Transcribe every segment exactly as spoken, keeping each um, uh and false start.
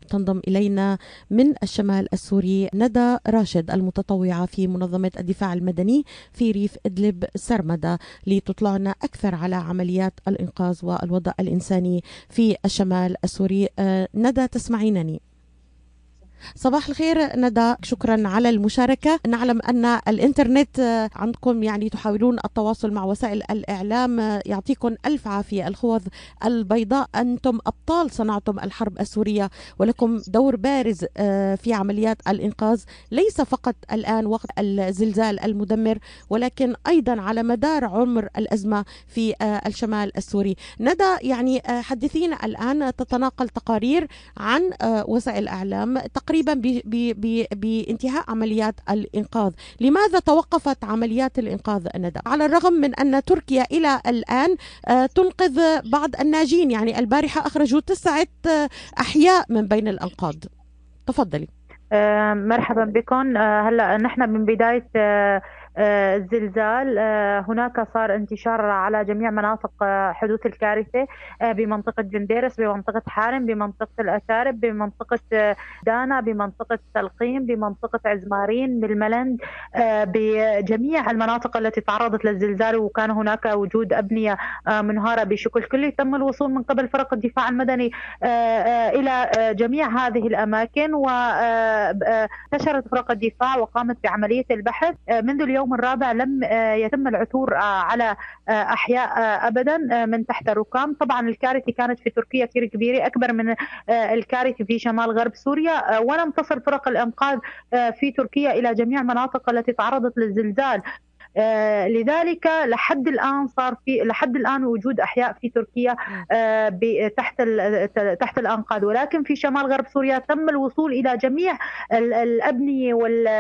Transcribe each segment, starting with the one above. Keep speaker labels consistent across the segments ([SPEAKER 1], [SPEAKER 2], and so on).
[SPEAKER 1] تنضم إلينا من الشمال السوري ندى راشد المتطوعة في منظمة الدفاع المدني في ريف إدلب سرمدة لتطلعنا أكثر على عمليات الإنقاذ والوضع الإنساني في الشمال السوري. ندى تسمعينني؟ صباح الخير ندى، شكرا على المشاركة. نعلم أن الإنترنت عندكم يعني تحاولون التواصل مع وسائل الإعلام، يعطيكم ألف عافية. الخوذ البيضاء، أنتم أبطال صنعتم الحرب السورية ولكم دور بارز في عمليات الإنقاذ، ليس فقط الآن وقت الزلزال المدمر ولكن أيضا على مدار عمر الأزمة في الشمال السوري. ندى، يعني حدثينا الآن، تتناقل تقارير عن وسائل الإعلام تقريبا بانتهاء عمليات الإنقاذ. لماذا توقفت عمليات الإنقاذ ندى، على الرغم من أن تركيا إلى الآن تنقذ بعض الناجين؟ يعني البارحة أخرجوا تسعة أحياء من بين الأنقاض. تفضلي.
[SPEAKER 2] آه مرحبا بكم. آه هلا نحن من بداية آه الزلزال هناك صار انتشار على جميع مناطق حدوث الكارثة، بمنطقة جنديرس، بمنطقة حارم، بمنطقة الأتارب، بمنطقة دانا، بمنطقة تلقيم، بمنطقة عزمارين، بالملند، بجميع المناطق التي تعرضت للزلزال وكان هناك وجود أبنية منهارة بشكل كلي. تم الوصول من قبل فرق الدفاع المدني إلى جميع هذه الأماكن، وانتشرت فرق الدفاع وقامت بعملية البحث. منذ اليوم الرابع لم يتم العثور على أحياء أبدا من تحت الركام. طبعا الكارثة كانت في تركيا كثير كبيرة، أكبر من الكارثة في شمال غرب سوريا، ولم تصل فرق الإنقاذ في تركيا إلى جميع المناطق التي تعرضت للزلزال. آه لذلك لحد الآن صار في لحد الآن وجود أحياء في تركيا آه تحت تحت الأنقاض، ولكن في شمال غرب سوريا تم الوصول إلى جميع الأبنية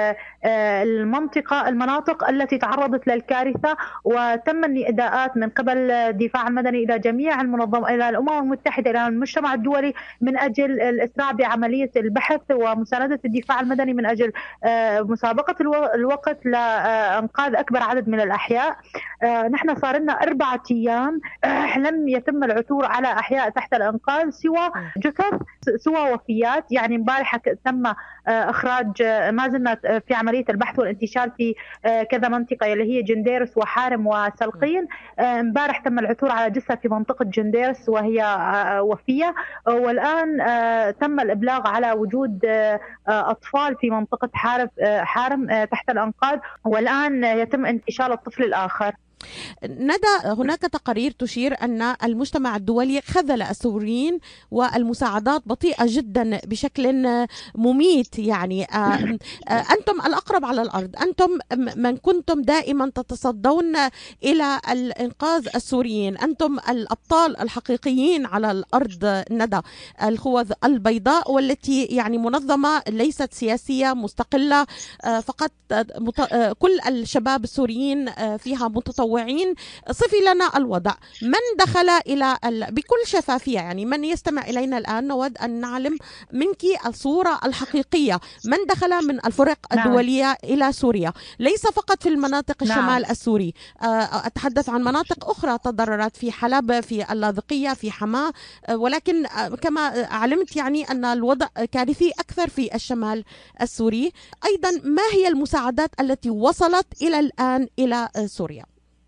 [SPEAKER 2] والمنطقة المناطق التي تعرضت للكارثة، وتم النداءات من قبل الدفاع المدني إلى جميع المنظمة، إلى الأمم المتحدة، إلى المجتمع الدولي، من أجل الإسراع بعملية البحث ومساندة الدفاع المدني من أجل آه مسابقة الوقت لإنقاذ أكبر عدد من الأحياء. آه نحن صار لنا أربعة أيام آه لم يتم العثور على أحياء تحت الإنقاذ سوى جثث، سوى وفيات. يعني امبارح تم آه إخراج، آه ما زلنا في عملية البحث والانتشال في آه كذا منطقة اللي هي جنديرس وحارم وسلقين. امبارح آه تم العثور على جثة في منطقة جنديرس وهي آه وفية، آه والآن آه تم الإبلاغ على وجود آه أطفال في منطقة حارم آه حارم آه تحت الأنقاض، والآن يتم انتشال الطفل الآخر.
[SPEAKER 1] ندى، هناك تقارير تشير أن المجتمع الدولي خذل السوريين والمساعدات بطيئة جدا بشكل مميت. يعني أنتم الأقرب على الأرض، أنتم من كنتم دائما تتصدون إلى الإنقاذ السوريين، أنتم الأبطال الحقيقيين على الأرض. ندى، الخوذ البيضاء والتي يعني منظمة ليست سياسية مستقلة فقط، كل الشباب السوريين فيها متطوعين. صفي لنا الوضع، من دخل إلى ال... بكل شفافية، يعني من يستمع إلينا الآن نود أن نعلم منك الصورة الحقيقية، من دخل من الفرق الدولية نعم. إلى سوريا، ليس فقط في المناطق الشمال نعم. السوري، أتحدث عن مناطق أخرى تضررت، في حلب، في اللاذقية، في حماة، ولكن كما علمت يعني أن الوضع كارثي أكثر في الشمال السوري. أيضا ما هي المساعدات التي وصلت إلى الآن إلى سوريا؟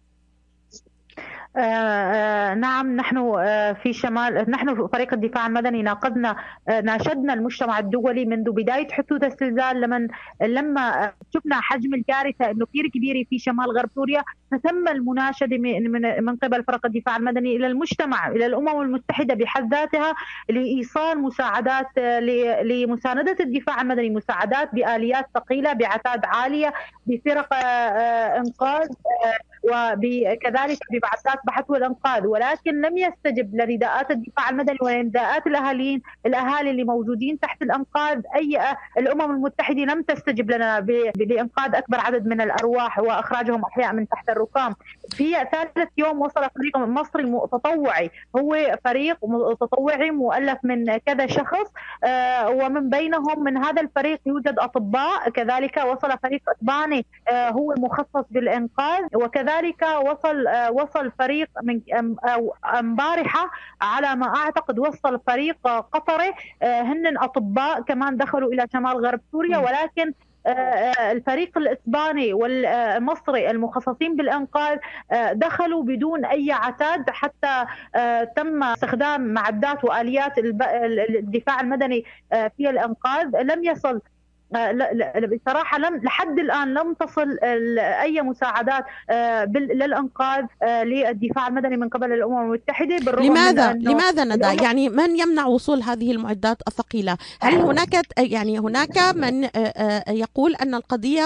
[SPEAKER 2] آه آه نعم، نحن آه في شمال، نحن في فريق الدفاع المدني ناقضنا آه ناشدنا المجتمع الدولي منذ بداية حدوث الزلزال، لما لما شفنا حجم الكارثة انه كثير كبيرة في شمال غرب سوريا، فتم المناشدة من من من قبل فريق الدفاع المدني الى المجتمع، الى الامم المتحدة بحد ذاتها، لايصال مساعدات لمساندة الدفاع المدني، مساعدات بآليات ثقيلة بعتاد عالية، بفرق انقاذ، وكذلك ببعثات بحث والانقاذ، ولكن لم يستجب لنداءات الدفاع المدني ونداءات الاهاليين الاهالي اللي موجودين تحت الانقاض. اي الامم المتحده لم تستجب لنا بانقاذ اكبر عدد من الارواح واخراجهم احياء من تحت الركام. في ثالث يوم وصل فريق مصري تطوعي، هو فريق تطوعي مؤلف من كذا شخص، ومن بينهم من هذا الفريق يوجد اطباء، كذلك وصل فريق اسباني هو مخصص بالانقاذ، وكذلك وصل وصل فريق فريق من أو امبارحة على ما أعتقد وصل فريق قطري، هن أطباء كمان دخلوا إلى شمال غرب سوريا، ولكن الفريق الإسباني والمصري المخصصين بالإنقاذ دخلوا بدون أي عتاد، حتى تم استخدام معدات وآليات الدفاع المدني في الإنقاذ. لم يصل بصراحة لم لحد الآن لم تصل أي مساعدات للإنقاذ للدفاع المدني من قبل الأمم المتحدة. بالرغم
[SPEAKER 1] لماذا
[SPEAKER 2] من
[SPEAKER 1] لماذا ندى؟ يعني من يمنع وصول هذه المعدات الثقيلة؟ هل هناك يعني هناك من يقول أن القضية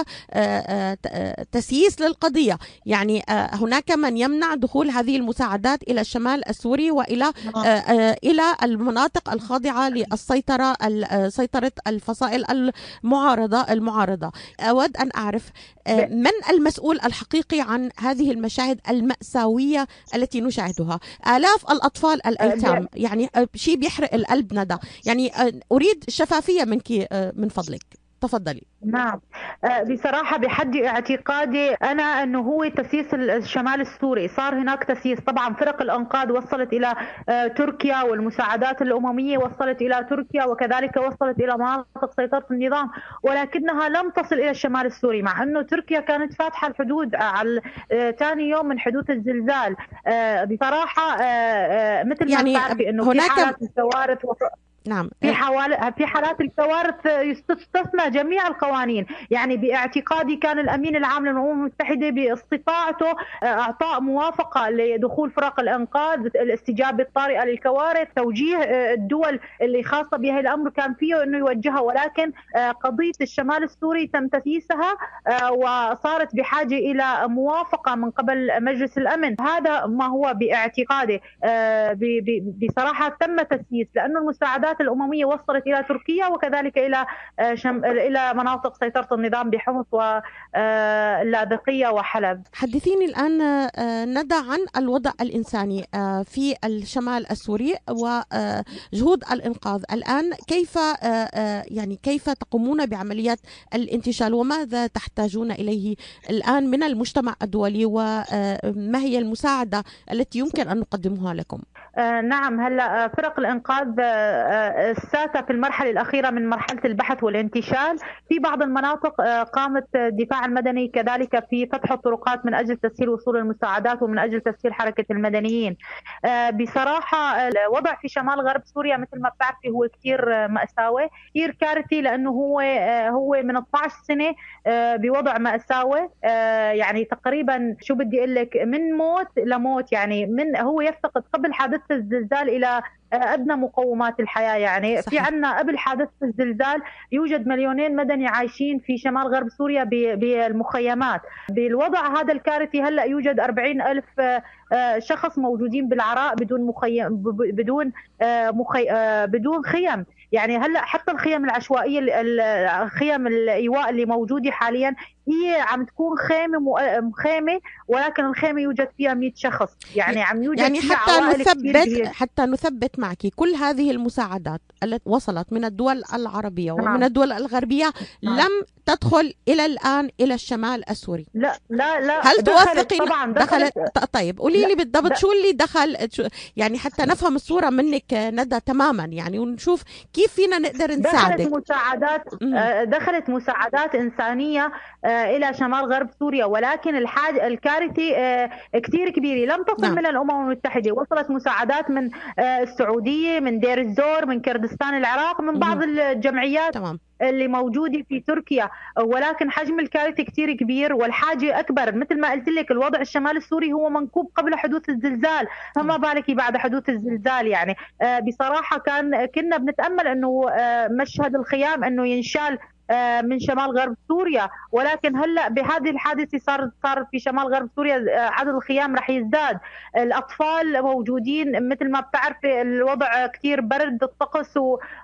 [SPEAKER 1] تسييس للقضية؟ يعني هناك من يمنع دخول هذه المساعدات إلى الشمال السوري وإلى إلى المناطق الخاضعة للسيطرة سيطرة الفصائل المعارضة المعارضة أود أن أعرف من المسؤول الحقيقي عن هذه المشاهد المأساوية التي نشاهدها؟ آلاف الأطفال الأيتام، يعني شيء بيحرق القلب ندى. يعني أريد شفافية منك من فضلك، تفضلي.
[SPEAKER 2] نعم، بصراحة بحد اعتقادي أنا أنه هو تسييس الشمال السوري. صار هناك تسييس، طبعا فرق الأنقاذ وصلت إلى تركيا والمساعدات الأممية وصلت إلى تركيا وكذلك وصلت إلى مناطق سيطرة النظام، ولكنها لم تصل إلى الشمال السوري، مع أنه تركيا كانت فاتحة الحدود على ثاني يوم من حدوث الزلزال. بصراحة مثل
[SPEAKER 1] يعني
[SPEAKER 2] ما تعرفي أنه في حالات الكوارث
[SPEAKER 1] نعم
[SPEAKER 2] في حوالي في حالات الكوارث يستثنى جميع القوانين. يعني باعتقادي كان الامين العام للامم المتحده باستطاعته اعطاء موافقه لدخول فرق الانقاذ، الاستجابه الطارئه للكوارث، توجيه الدول اللي خاصه بهذا الامر كان فيه انه يوجهها، ولكن قضيه الشمال السوري تم تسييسها وصارت بحاجه الى موافقه من قبل مجلس الامن. هذا ما هو باعتقادي. بصراحه تم تسييس لانه المساعدات الأممية وصلت إلى تركيا وكذلك إلى شم... إلى مناطق سيطرة النظام بحمص واللاذقية وحلب.
[SPEAKER 1] حدثيني الآن ندى عن الوضع الإنساني في الشمال السوري وجهود الإنقاذ الآن. كيف يعني كيف تقومون بعمليات الانتشال وماذا تحتاجون إليه الآن من المجتمع الدولي وما هي المساعدة التي يمكن أن نقدمها لكم؟
[SPEAKER 2] نعم، هلا فرق الإنقاذ السادسة في المرحلة الأخيرة من مرحلة البحث والانتشال. في بعض المناطق قامت الدفاع المدني كذلك في فتح الطرقات من أجل تسهيل وصول المساعدات ومن أجل تسهيل حركة المدنيين. بصراحة الوضع في شمال غرب سوريا مثل ما بتعرفي هو كثير مأساوي، كثير كارثي، لأنه هو هو من اثنعش سنة بوضع مأساوي. يعني تقريبا شو بدي أقول لك، من موت لموت. يعني من هو يفتقد قبل حادثة الزلزال إلى أدنى مقومات الحياة. يعني صحيح. في عنا قبل حادث الزلزال يوجد مليونين مدني عايشين في شمال غرب سوريا بالمخيمات. بالوضع هذا الكارثي هلأ يوجد أربعين ألف شخص موجودين بالعراء بدون مخيم بدون مخي... بدون خيم. يعني هلا حتى الخيم العشوائيه، الخيم الايواء اللي موجوده حاليا هي عم تكون خيمه خيمه ولكن الخيمه يوجد فيها مئة شخص. يعني عم يوجد
[SPEAKER 1] يعني
[SPEAKER 2] فيها
[SPEAKER 1] حتى
[SPEAKER 2] عوائل
[SPEAKER 1] نثبت حتى نثبت معك كل هذه المساعدات التي وصلت من الدول العربيه ومن نعم. الدول الغربيه نعم. لم تدخل الى الان الى الشمال السوري.
[SPEAKER 2] لا لا لا
[SPEAKER 1] هل توافقين؟
[SPEAKER 2] طبعا
[SPEAKER 1] دخلت, دخلت. طيب قولي لي بالضبط شو اللي دخل، يعني حتى نفهم الصوره منك ندى تماما، يعني ونشوف كيف فينا نقدر نساعدك.
[SPEAKER 2] دخلت مساعدات دخلت مساعدات انسانيه الى شمال غرب سوريا، ولكن الحاجه الكارثه كثير كبيره لم تصل نعم. من الامم المتحده. وصلت مساعدات من السعوديه، من دير الزور، من كردستان العراق، من بعض الجمعيات تمام. اللي موجوده في تركيا، ولكن حجم الكارثه كثير كبير والحاجه اكبر. مثل ما قلت لك الوضع الشمال السوري هو منكوب قبل حدوث الزلزال، فما بالك بعد حدوث الزلزال. يعني بصراحه كان كنا بنتامل انه مشهد الخيام انه ينشال من شمال غرب سوريا، ولكن هلا بهذه الحادثه صار صار في شمال غرب سوريا عدد الخيام رح يزداد. الاطفال موجودين، مثل ما بتعرفي الوضع كثير برد، الطقس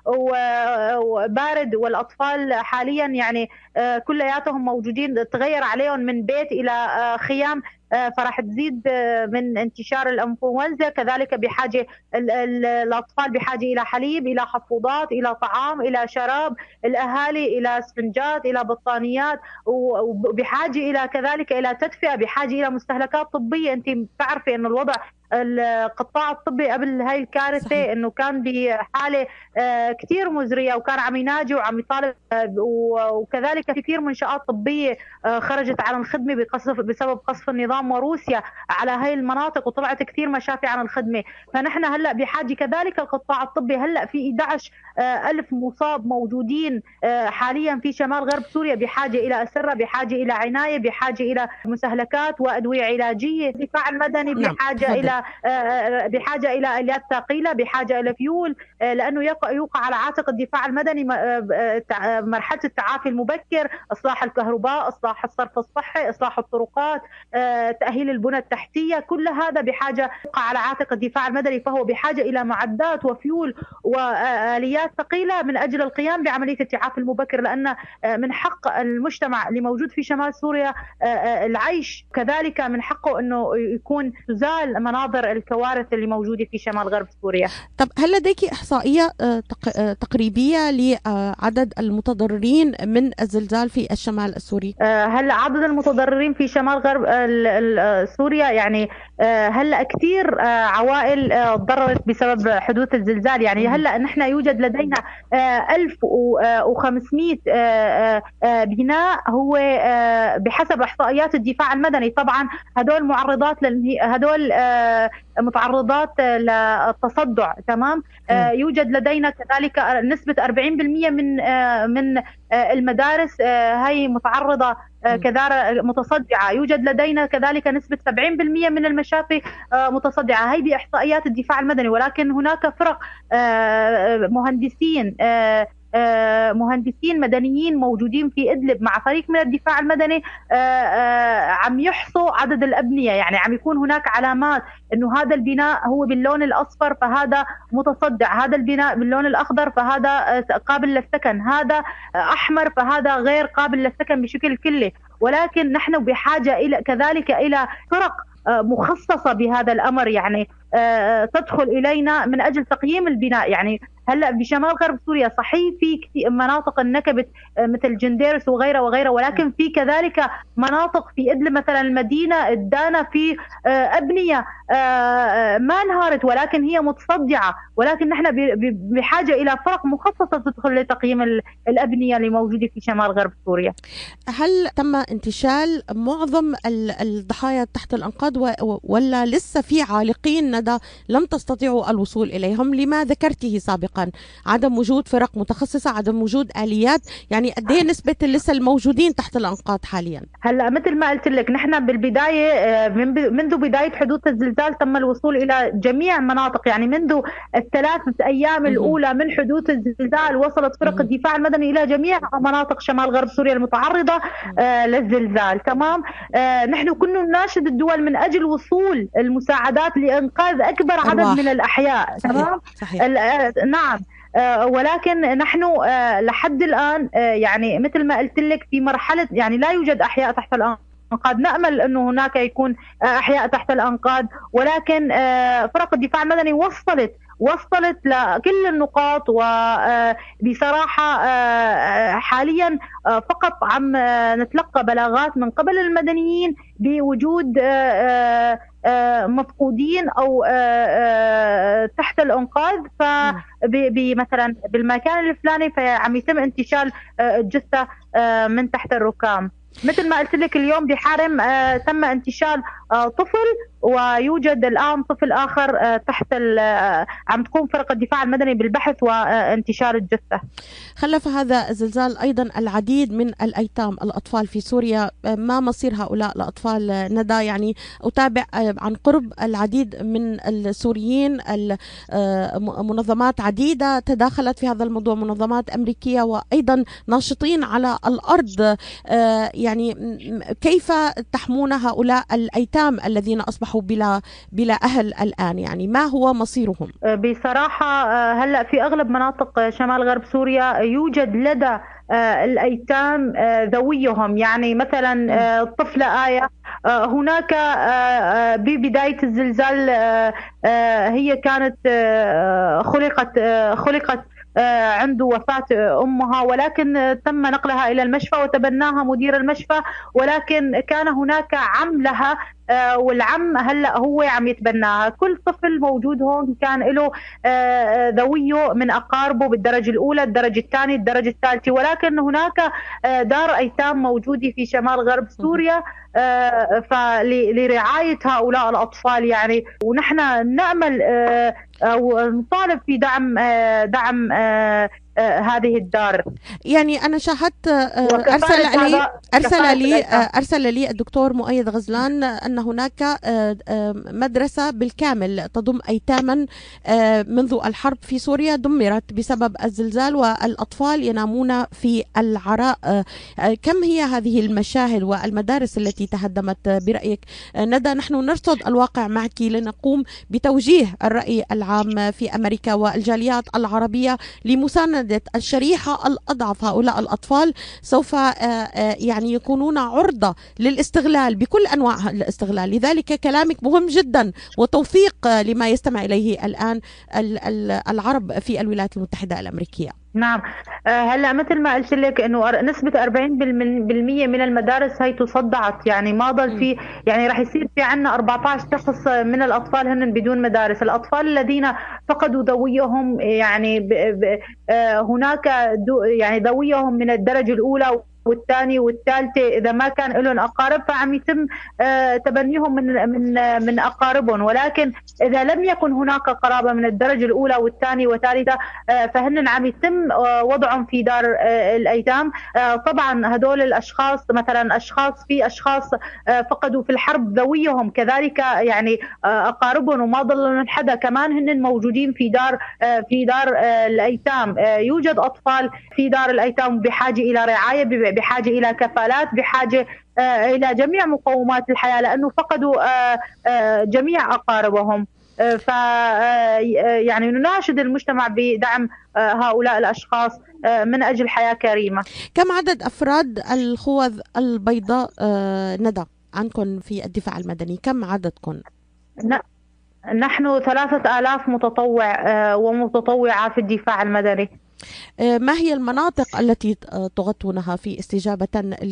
[SPEAKER 2] وبارد، والاطفال حاليا يعني كلياتهم موجودين، تغير عليهم من بيت الى خيام فراح تزيد من انتشار الانفلونزا. كذلك بحاجه الاطفال بحاجه الى حليب، الى حفوضات، الى طعام، الى شراب، الاهالي الى اسفنجات، الى بطانيات، وبحاجه الى كذلك الى تدفئه، بحاجه الى مستهلكات طبيه. انت بتعرفي انه الوضع القطاع الطبي قبل هاي الكارثه صحيح. انه كان بحاله كثير مزريه، وكان عم يناجي وعم يطالب، وكذلك في كثير منشآت طبيه خرجت عن الخدمه بقصف بسبب قصف النظام وروسيا على هاي المناطق، وطلعت كثير مشافي عن الخدمه. فنحن هلا بحاجه كذلك القطاع الطبي. هلا في أحد عشر ألف مصاب موجودين حاليا في شمال غرب سوريا، بحاجه الى اسره، بحاجه الى عنايه، بحاجه الى مسهلكات وادويه علاجيه. الدفاع المدني بحاجه نعم. الى بحاجه الى اليات ثقيله، بحاجه الى فيول، لانه يوقع على عاتق الدفاع المدني مرحله التعافي المبكر، اصلاح الكهرباء، اصلاح الصرف الصحي، اصلاح الطرقات، تاهيل البنى التحتيه. كل هذا بحاجه يوقع على عاتق الدفاع المدني، فهو بحاجه الى معدات وفيول واليات ثقيله من اجل القيام بعمليه التعافي المبكر، لان من حق المجتمع اللي موجود في شمال سوريا العيش، كذلك من حقه انه يكون تزال مناظر الكوارث اللي موجوده في شمال غرب سوريا.
[SPEAKER 1] طب هل لديك احصائيه تقريبيه لعدد المتضررين من الزلزال في الشمال السوري؟
[SPEAKER 2] هلا عدد المتضررين في شمال غرب سوريا يعني هلا كثير عوائل تضررت بسبب حدوث الزلزال. يعني هلا نحن يوجد لدينا ألف وخمسمئة بناء، هو بحسب احصائيات الدفاع المدني. طبعا هدول معرضات هدول متعرضات للتصدع، تمام. آه يوجد لدينا كذلك نسبة أربعين بالمئة من آه من آه المدارس آه هي متعرضة آه كذلك متصدعة. يوجد لدينا كذلك نسبة سبعين بالمئة من المشافي آه متصدعة. هي بإحصائيات الدفاع المدني، ولكن هناك فرق آه مهندسين آه مهندسين مدنيين موجودين في إدلب مع فريق من الدفاع المدني عم يحصوا عدد الأبنية. يعني عم يكون هناك علامات إنه هذا البناء هو باللون الأصفر فهذا متصدع، هذا البناء باللون الأخضر فهذا قابل للسكن، هذا أحمر فهذا غير قابل للسكن بشكل كلي. ولكن نحن بحاجة إلى كذلك إلى فرق مخصصة بهذا الأمر، يعني تدخل إلينا من أجل تقييم البناء. يعني هلا بشمال غرب سوريا صحيح في مناطق انكبت مثل جنديرس وغيرها وغيرها، ولكن في كذلك مناطق في إدلب مثلا المدينه الدانا في ابنيه ما انهارت ولكن هي متصدعه. ولكن نحن بحاجه الى فرق مخصصه تدخل لتقييم الابنيه اللي موجوده في شمال غرب سوريا.
[SPEAKER 1] هل تم انتشال معظم الضحايا تحت الانقاض ولا لسه في عالقين ندى لم تستطيعوا الوصول اليهم؟ لما ذكرته سابقا عدم وجود فرق متخصصة، عدم وجود آليات، يعني قد ايه نسبة لسه الموجودين تحت الأنقاض حاليا؟
[SPEAKER 2] هلا مثل ما قلت لك نحن بالبداية منذ بداية حدوث الزلزال تم الوصول إلى جميع المناطق. يعني منذ الثلاثة أيام الأولى من حدوث الزلزال وصلت فرق الدفاع المدني إلى جميع مناطق شمال غرب سوريا المتعرضة للزلزال، تمام. نحن كنا نناشد الدول من أجل وصول المساعدات لإنقاذ أكبر عدد من الأحياء، تمام. صحيح. نعم. آه ولكن نحن آه لحد الآن آه يعني مثل ما قلت لك في مرحلة يعني لا يوجد أحياء تحت الأنقاض. نأمل أنه هناك يكون آه أحياء تحت الأنقاض، ولكن آه فرق الدفاع المدني وصلت وصلت لكل النقاط. وبصراحة حاليا فقط عم نتلقى بلاغات من قبل المدنيين بوجود مفقودين أو تحت الأنقاض، فمثلا بالمكان الفلاني فعم يتم انتشال الجثة من تحت الركام. مثل ما قلت لك اليوم بحارم آه تم انتشال آه طفل، ويوجد الآن طفل آخر آه تحت آه عم تقوم فرق الدفاع المدني بالبحث وانتشار الجثة.
[SPEAKER 1] خلف هذا الزلزال أيضا العديد من الأيتام الأطفال في سوريا. ما مصير هؤلاء الأطفال ندى؟ يعني أتابع عن قرب العديد من السوريين، منظمات عديدة تداخلت في هذا الموضوع، منظمات أمريكية وأيضا ناشطين على الأرض. يعني كيف تحمون هؤلاء الأيتام الذين أصبحوا بلا بلا أهل الآن؟ يعني ما هو مصيرهم؟
[SPEAKER 2] بصراحة هلأ في أغلب مناطق شمال غرب سوريا يوجد لدى الأيتام ذويهم. يعني مثلا الطفلة آية هناك ببداية الزلزال هي كانت خلقت خلقت عنده وفاة أمها، ولكن تم نقلها إلى المشفى وتبناها مدير المشفى، ولكن كان هناك عم لها والعم هلا هو عم يتبناها. كل طفل موجود هون كان له ذويه من أقاربه بالدرجة الأولى، الدرجة الثانية، الدرجة الثالثة، ولكن هناك دار أيتام موجودة في شمال غرب سوريا فلرعاية هؤلاء الأطفال يعني. ونحن نأمل أو نطالب في دعم دعم هذه الدار.
[SPEAKER 1] يعني أنا شاهدت أرسل لي أرسل لي أرسل لي الدكتور مؤيد غزلان أن هناك مدرسة بالكامل تضم أيتاما منذ الحرب في سوريا دمرت بسبب الزلزال والأطفال ينامون في العراء. كم هي هذه المشاهد والمدارس التي تهدمت برأيك ندى؟ نحن نرصد الواقع معك لنقوم بتوجيه الرأي العام في أمريكا والجاليات العربية لمساندة الشريحة الأضعف. هؤلاء الأطفال سوف يعني يكونون عرضة للاستغلال بكل أنواع الاستغلال، لذلك كلامك مهم جدا وتوثيق لما يستمع إليه الآن العرب في الولايات المتحدة الأمريكية.
[SPEAKER 2] نعم، هلا مثل ما قلت لك انه نسبه أربعين بالمئة من المدارس هي تصدعت، يعني ما ضل في، يعني راح يصير في عندنا أربعة عشر شخص من الاطفال هن بدون مدارس. الاطفال الذين فقدوا ذويهم يعني ب ب هناك يعني ذويهم من الدرجه الاولى والثاني والثالثة إذا ما كان لهم أقارب فعم يتم تبنيهم من من من أقاربهم، ولكن إذا لم يكن هناك قرابة من الدرجة الأولى والثانية والثالثة فهن عم يتم وضعهم في دار الأيتام. طبعا هدول الأشخاص مثلا أشخاص في أشخاص فقدوا في الحرب ذويهم كذلك يعني أقاربهم وما ضل لهم حدا، كمان هن موجودين في دار في دار الأيتام. يوجد أطفال في دار الأيتام بحاجة إلى رعاية، بحاجة إلى كفالات، بحاجة إلى جميع مقومات الحياة لأنه فقدوا جميع أقاربهم. ف يعني نناشد المجتمع بدعم هؤلاء الأشخاص من أجل حياة كريمة.
[SPEAKER 1] كم عدد أفراد الخوذ البيضاء ندى عنكم في الدفاع المدني؟ كم عددكم؟
[SPEAKER 2] نحن ثلاثة آلاف متطوع ومتطوعة في الدفاع المدني.
[SPEAKER 1] ما هي المناطق التي تغطونها في استجابة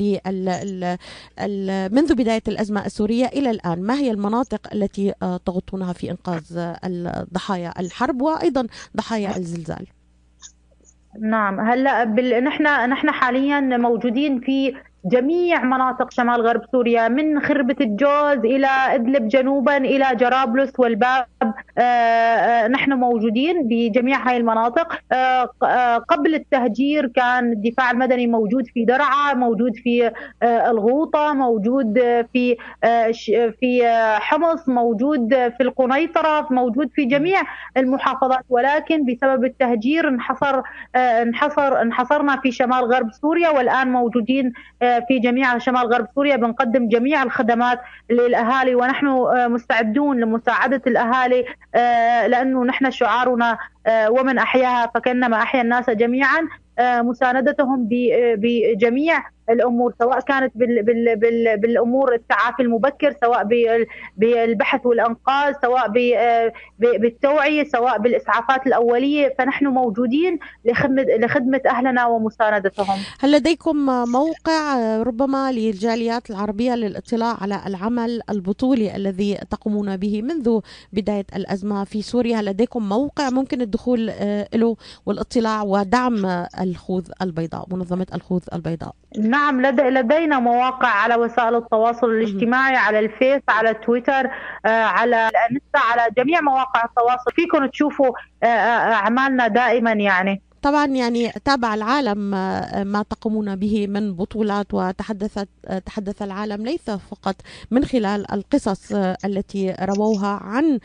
[SPEAKER 1] منذ بداية الأزمة السورية إلى الآن؟ ما هي المناطق التي تغطونها في إنقاذ ضحايا الحرب وأيضا ضحايا الزلزال؟
[SPEAKER 2] نعم، هلا بال... نحن نحن حاليا موجودين في جميع مناطق شمال غرب سوريا، من خربة الجوز إلى إدلب جنوبا إلى جرابلس والباب. آآ آآ نحن موجودين بجميع هاي المناطق. قبل التهجير كان الدفاع المدني موجود في درعا، موجود في الغوطة، موجود في في حمص، موجود في القنيطرة، موجود في جميع المحافظات، ولكن بسبب التهجير انحصر انحصر انحصرنا في شمال غرب سوريا، والآن موجودين في جميع شمال غرب سوريا بنقدم جميع الخدمات للأهالي، ونحن مستعدون لمساعدة الأهالي لأنه نحن شعارنا ومن أحياها فكأنما أحيا الناس جميعا، مساندتهم بجميع الأمور سواء كانت بالأمور التعافي المبكر، سواء بالبحث والإنقاذ، سواء بالتوعية، سواء بالإسعافات الأولية. فنحن موجودين لخدمة أهلنا ومساندتهم.
[SPEAKER 1] هل لديكم موقع ربما للجاليات العربية للاطلاع على العمل البطولي الذي تقومون به منذ بداية الأزمة في سوريا؟ هل لديكم موقع ممكن الدخول له والاطلاع ودعم الخوذ البيضاء، منظمة الخوذ البيضاء؟
[SPEAKER 2] نعم، لدينا مواقع على وسائل التواصل الاجتماعي، على الفيس، على تويتر، على الانستا، على جميع مواقع التواصل. فيكم تشوفوا أعمالنا دائما يعني.
[SPEAKER 1] طبعا يعني تابع العالم ما تقومون به من بطولات، وتحدثت تحدث العالم ليس فقط من خلال القصص التي رووها عن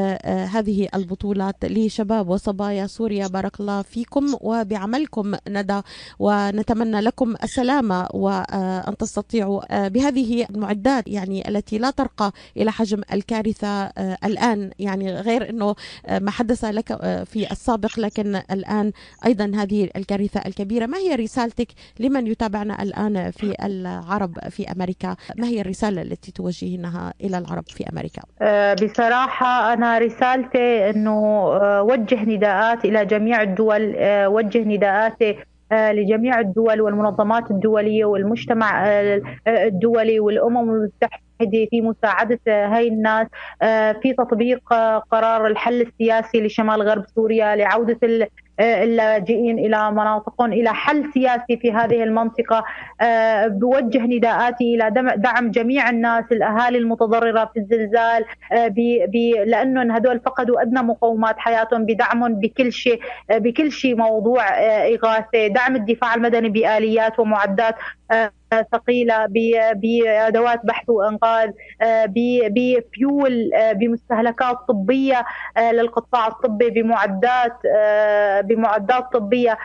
[SPEAKER 1] هذه البطولات لشباب وصبايا سوريا. بارك الله فيكم وبعملكم ندى، ونتمنى لكم السلامة وأن تستطيعوا بهذه المعدات يعني التي لا ترقى إلى حجم الكارثة الآن، يعني غير أنه ما حدث لك في السابق، لكن الآن أيضا هذه الكارثة الكبيرة. ما هي رسالتك لمن يتابعنا الآن في العرب في أمريكا؟ ما هي الرسالة التي توجهينها إلى العرب في أمريكا؟
[SPEAKER 2] بصراحة أنا رسالتي أنه وجه نداءات إلى جميع الدول، وجه نداءاتي لجميع الدول والمنظمات الدولية والمجتمع الدولي والأمم المتحدة في مساعدة هاي الناس في تطبيق قرار الحل السياسي لشمال غرب سوريا، لعودة اللاجئين إلى مناطقهم، إلى حل سياسي في هذه المنطقة. بوجه نداءاتي إلى دعم جميع الناس، الأهالي المتضررة في الزلزال، لأنهم هذول فقدوا أدنى مقومات حياتهم، بدعمهم بكل شيء بكل شيء موضوع إغاثة، دعم الدفاع المدني بآليات ومعدات ثقيلة، بأدوات بحث وإنقاذ، بفيول، بمستهلكات طبية للقطاع الطبي، بمعدات بمعدات طبية،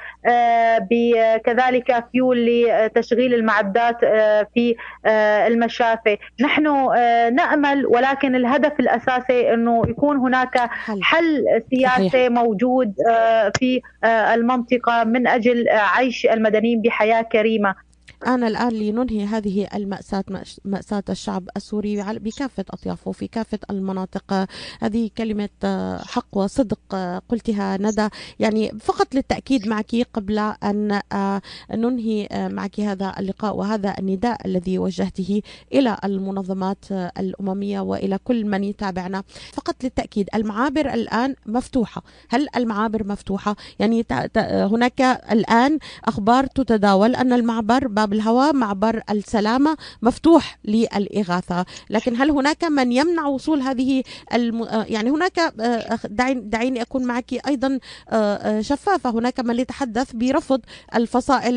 [SPEAKER 2] كذلك فيول لتشغيل المعدات في المشافي. نحن نأمل، ولكن الهدف الأساسي أنه يكون هناك حل سياسي موجود في المنطقة من أجل عيش المدنيين بحياة كريمة.
[SPEAKER 1] أنا الآن لننهي هذه المأساة، مأساة الشعب السوري بكافة أطيافه في كافة المناطق. هذه كلمة حق وصدق قلتها ندى، يعني فقط للتأكيد معك قبل أن ننهي معك هذا اللقاء وهذا النداء الذي وجهته إلى المنظمات الأممية وإلى كل من يتابعنا، فقط للتأكيد المعابر الآن مفتوحة. هل المعابر مفتوحة؟ يعني هناك الآن أخبار تتداول أن المعبر باب الهواء، معبر السلامة، مفتوح للإغاثة، لكن هل هناك من يمنع وصول هذه الم... يعني هناك دعيني دعيني أكون معك أيضا شفافة، هناك من يتحدث برفض الفصائل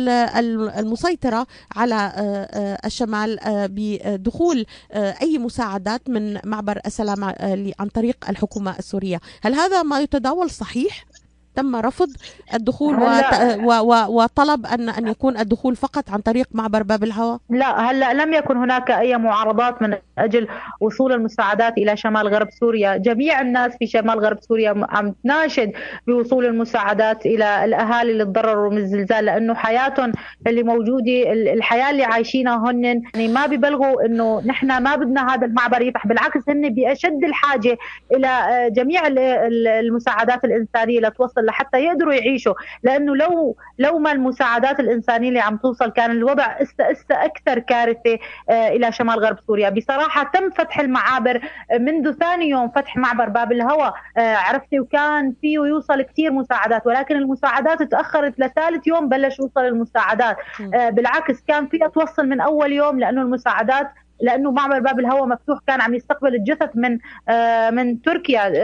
[SPEAKER 1] المسيطرة على الشمال بدخول أي مساعدات من معبر السلامة عن طريق الحكومة السورية. هل هذا ما يتداول صحيح؟ تم رفض الدخول وت... و... و... وطلب أن أن يكون الدخول فقط عن طريق معبر باب الهواء؟
[SPEAKER 2] لا، هلا لم يكن هناك أي معارضات من أجل وصول المساعدات إلى شمال غرب سوريا. جميع الناس في شمال غرب سوريا عم تناشد بوصول المساعدات إلى الأهالي اللي تضرروا من الزلزال، لأنه حياتهم اللي موجودة، الحياة اللي عايشينها هن يعني ما بيبلغوا إنه نحن ما بدنا هذا المعبر يفتح، بالعكس هن بأشد الحاجة إلى جميع المساعدات الإنسانية لتوصل لحتى يقدروا يعيشوا، لأنه لو لو ما المساعدات الإنسانية اللي عم توصل كان الوضع اسا اسا أكثر كارثة إلى شمال غرب سوريا. بصراحة تم فتح المعابر منذ ثاني يوم فتح معبر باب الهواء، عرفتي، وكان فيه يوصل كثير مساعدات، ولكن المساعدات تأخرت لثالث يوم بلش يوصل المساعدات. بالعكس كان فيها توصل من أول يوم، لأنه المساعدات لانه معبر باب الهواء مفتوح كان عم يستقبل الجثث من آه من تركيا،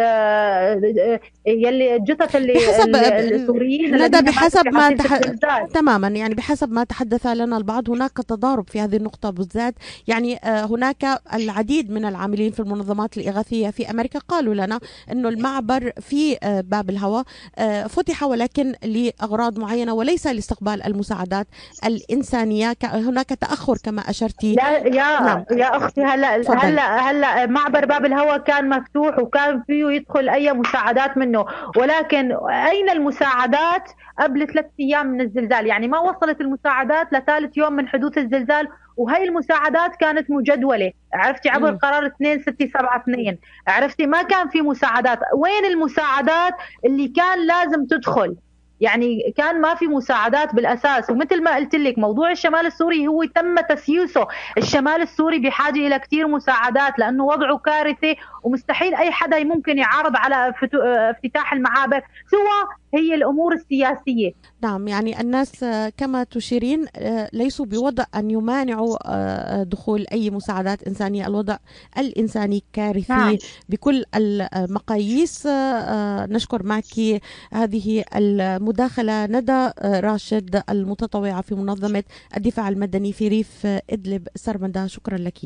[SPEAKER 2] آه يلي الجثث اللي
[SPEAKER 1] بحسب
[SPEAKER 2] السوريين
[SPEAKER 1] ندى بحسب ما تح... تماما يعني بحسب ما تحدث لنا البعض هناك تضارب في هذه النقطة بالذات. يعني آه هناك العديد من العاملين في المنظمات الإغاثية في أمريكا قالوا لنا أنه المعبر في آه باب الهواء آه فتح ولكن لأغراض معينة وليس لاستقبال المساعدات الإنسانية. هناك تأخر كما أشرتي.
[SPEAKER 2] يا يا نعم. يا أختي هلا فضل. هلا هلا معبر باب الهواء كان مفتوح وكان فيه يدخل أي مساعدات منه، ولكن أين المساعدات قبل ثلاث أيام من الزلزال؟ يعني ما وصلت المساعدات لثالث يوم من حدوث الزلزال، وهي المساعدات كانت مجدولة، عرفتي، عبر م. قرار اثنين ستة سبعة اثنين، عرفتي، ما كان في مساعدات. وين المساعدات اللي كان لازم تدخل؟ يعني كان ما في مساعدات بالأساس. ومثل ما قلت لك موضوع الشمال السوري هو تم تسييسه، الشمال السوري بحاجة إلى كثير مساعدات لأنه وضعه كارثي، ومستحيل أي حدا ممكن يعارض على افتتاح المعابر سوى هي الأمور السياسية.
[SPEAKER 1] نعم، يعني الناس كما تشيرين ليسوا بوضع أن يمانعوا دخول أي مساعدات إنسانية. الوضع الإنساني كارثي نعم. بكل المقاييس. نشكر معك هذه المداخلة ندى راشد المتطوعة في منظمة الدفاع المدني في ريف إدلب سرمدة. شكرا لك.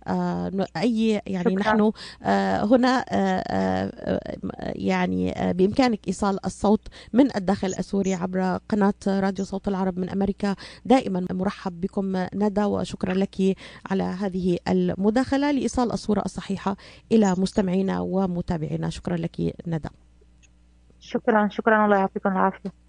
[SPEAKER 1] أي يعني شكرا. نحن هنا يعني بإمكانك إيصال الصوت من الداخل السوري عبر قناة راديو صوت العرب من أمريكا. دائما مرحب بكم ندى، وشكرا لك على هذه المداخلة لإيصال الصورة الصحيحة إلى مستمعينا ومتابعينا. شكرا لك ندى.
[SPEAKER 2] شكرا شكرا، الله يعطيكم العافية.